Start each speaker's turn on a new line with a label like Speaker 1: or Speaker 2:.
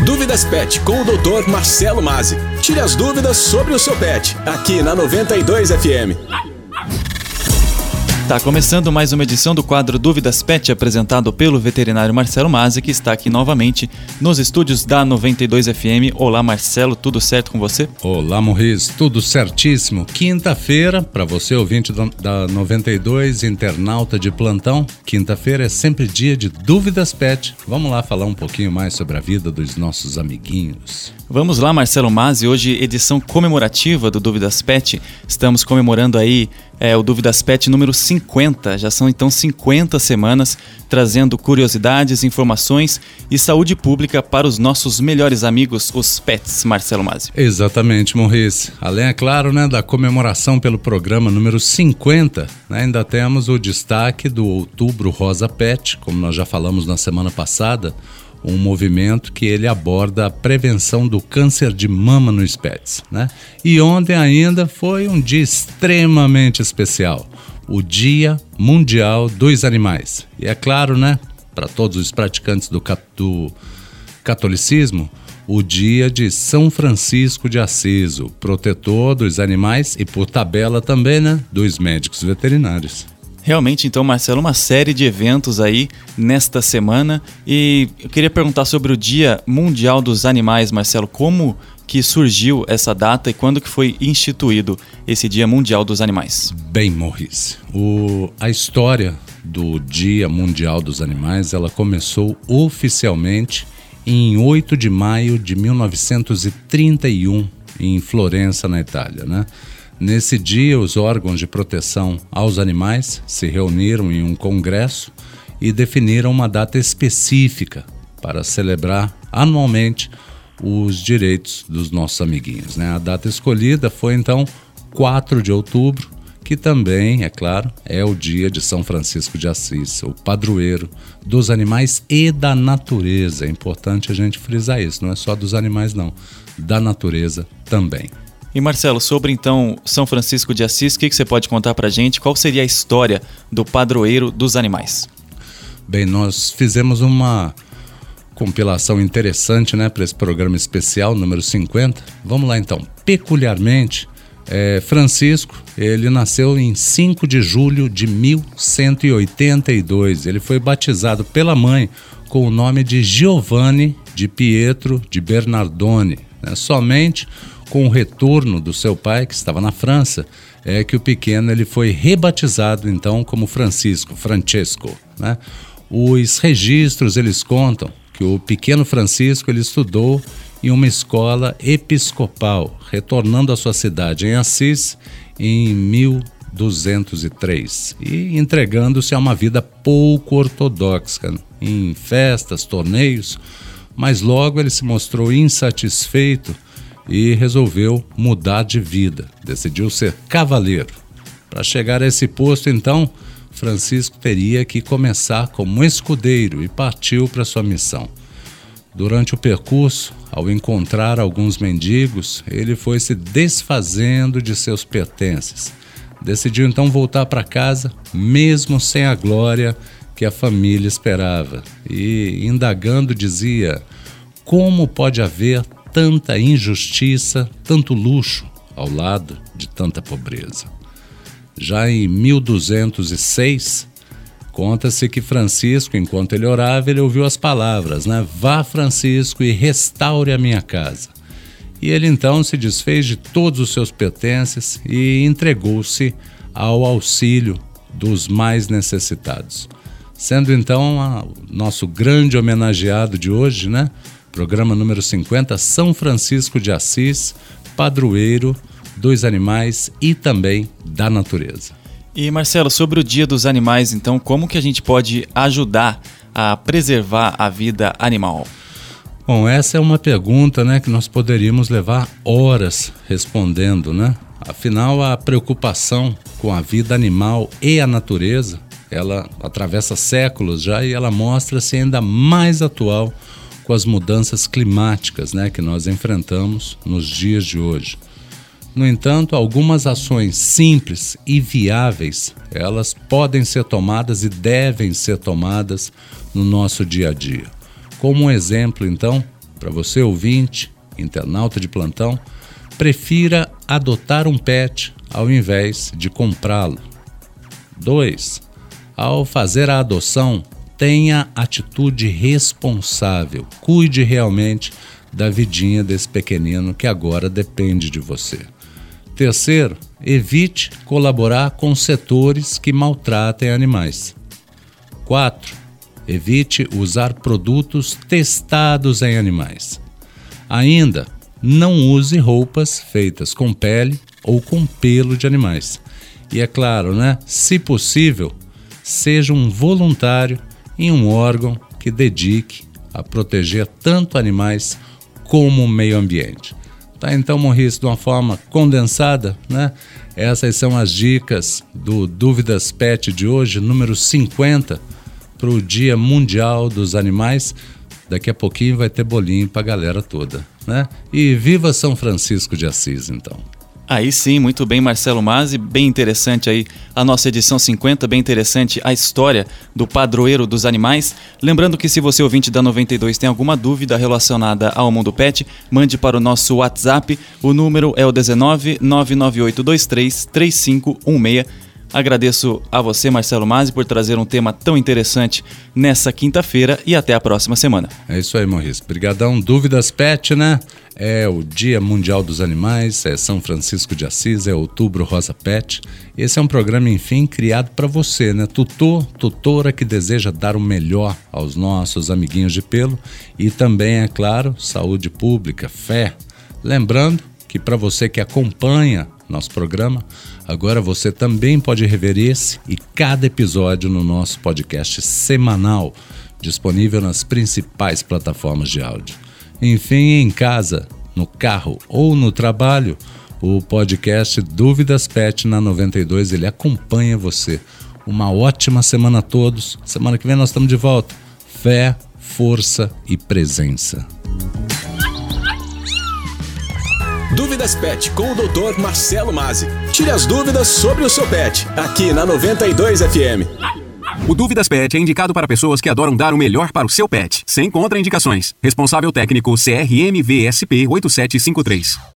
Speaker 1: Dúvidas Pet com o Dr. Marcelo Mazzi. Tire as dúvidas sobre o seu pet, aqui na 92 FM.
Speaker 2: Tá começando mais uma edição do quadro Dúvidas Pet, apresentado pelo veterinário Marcelo Mazzi, que está aqui novamente nos estúdios da 92 FM. Olá, Marcelo, tudo certo com você?
Speaker 3: Olá, Morris, tudo certíssimo. Quinta-feira, para você ouvinte da 92, internauta de plantão, quinta-feira é sempre dia de Dúvidas Pet. Vamos lá falar um pouquinho mais sobre a vida dos nossos amiguinhos.
Speaker 2: Vamos lá, Marcelo Mazzi, hoje edição comemorativa do Dúvidas Pet. Estamos comemorando aí o Dúvidas Pet número 50. Já são então 50 semanas trazendo curiosidades, informações e saúde pública para os nossos melhores amigos, os pets, Marcelo Mazzi.
Speaker 3: Exatamente, Morris. Além, é claro, da comemoração pelo programa número 50, ainda temos o destaque do Outubro Rosa Pet, como nós já falamos na semana passada, um movimento que ele aborda a prevenção do câncer de mama nos pets, E ontem ainda foi um dia extremamente especial, o Dia Mundial dos Animais. E é claro, para todos os praticantes do catolicismo, o dia de São Francisco de Assis, o protetor dos animais e, por tabela também, dos médicos veterinários.
Speaker 2: Realmente, então, Marcelo, uma série de eventos aí nesta semana. E eu queria perguntar sobre o Dia Mundial dos Animais, Marcelo. Como que surgiu essa data e quando que foi instituído esse Dia Mundial dos Animais?
Speaker 3: Bem, Morris, a história do Dia Mundial dos Animais, ela começou oficialmente em 8 de maio de 1931, em Florença, na Itália, Nesse dia, os órgãos de proteção aos animais se reuniram em um congresso e definiram uma data específica para celebrar anualmente os direitos dos nossos amiguinhos. A data escolhida foi, então, 4 de outubro, que também, é claro, é o dia de São Francisco de Assis, o padroeiro dos animais e da natureza. É importante a gente frisar isso, não é só dos animais, não, da natureza também.
Speaker 2: E Marcelo, sobre então São Francisco de Assis, o que você pode contar pra gente? Qual seria a história do padroeiro dos animais?
Speaker 3: Bem, nós fizemos uma compilação interessante para esse programa especial, número 50. Vamos lá então. Peculiarmente, Francisco, ele nasceu em 5 de julho de 1182. Ele foi batizado pela mãe com o nome de Giovanni de Pietro de Bernardone. Somente com o retorno do seu pai, que estava na França, é que o pequeno ele foi rebatizado então como Francesco. Os registros eles contam que o pequeno Francisco ele estudou em uma escola episcopal, retornando à sua cidade em Assis em 1203 e entregando-se a uma vida pouco ortodoxa, em festas, torneios, mas logo ele se mostrou insatisfeito e resolveu mudar de vida, decidiu ser cavaleiro. Para chegar a esse posto, então, Francisco teria que começar como escudeiro e partiu para sua missão. Durante o percurso, ao encontrar alguns mendigos, ele foi se desfazendo de seus pertences. Decidiu então voltar para casa, mesmo sem a glória que a família esperava. E, indagando, dizia: como pode haver tanta injustiça, tanto luxo ao lado de tanta pobreza? Já em 1206, conta-se que Francisco, enquanto ele orava, ele ouviu as palavras, Vá, Francisco, e restaure a minha casa. E ele então se desfez de todos os seus pertences e entregou-se ao auxílio dos mais necessitados. Sendo então o nosso grande homenageado de hoje, Programa número 50, São Francisco de Assis, padroeiro dos animais e também da natureza.
Speaker 2: E Marcelo, sobre o Dia dos Animais, então, como que a gente pode ajudar a preservar a vida animal?
Speaker 3: Bom, essa é uma pergunta que nós poderíamos levar horas respondendo, Afinal, a preocupação com a vida animal e a natureza, ela atravessa séculos já e ela mostra-se ainda mais atual com as mudanças climáticas que nós enfrentamos nos dias de hoje. No entanto, algumas ações simples e viáveis, elas podem ser tomadas e devem ser tomadas no nosso dia a dia. Como um exemplo, então, para você ouvinte, internauta de plantão, prefira adotar um pet ao invés de comprá-lo. 2. Ao fazer a adoção, tenha atitude responsável. Cuide realmente da vidinha desse pequenino que agora depende de você. 3. Evite colaborar com setores que maltratem animais. 4. Evite usar produtos testados em animais. Ainda, não use roupas feitas com pele ou com pelo de animais. E é claro, se possível, seja um voluntário em um órgão que dedique a proteger tanto animais como o meio ambiente. Tá, então, Morris, de uma forma condensada, essas são as dicas do Dúvidas Pet de hoje, número 50, para o Dia Mundial dos Animais. Daqui a pouquinho vai ter bolinho para a galera toda, E viva São Francisco de Assis, então.
Speaker 2: Aí sim, muito bem, Marcelo Mazzi, bem interessante aí a nossa edição 50, bem interessante a história do padroeiro dos animais. Lembrando que se você ouvinte da 92 tem alguma dúvida relacionada ao mundo pet, mande para o nosso WhatsApp, o número é o 19 99823 3516. Agradeço a você, Marcelo Mazzi, por trazer um tema tão interessante nessa quinta-feira e até a próxima semana.
Speaker 3: É isso aí, Maurício. Obrigadão. Dúvidas Pet, É o Dia Mundial dos Animais, é São Francisco de Assis, é Outubro Rosa Pet. Esse é um programa, enfim, criado para você, tutora que deseja dar o melhor aos nossos amiguinhos de pelo e também, é claro, saúde pública, fé. Lembrando que para você que acompanha nosso programa, agora você também pode rever esse e cada episódio no nosso podcast semanal, disponível nas principais plataformas de áudio. Enfim, em casa, no carro ou no trabalho, o podcast Dúvidas Pet na 92, ele acompanha você. Uma ótima semana a todos. Semana que vem nós estamos de volta. Fé, força e presença.
Speaker 1: Dúvidas Pet com o Dr. Marcelo Mazzi. Tire as dúvidas sobre o seu pet, aqui na 92 FM.
Speaker 4: O Dúvidas Pet é indicado para pessoas que adoram dar o melhor para o seu pet, sem contraindicações. Responsável técnico CRM VSP 8753.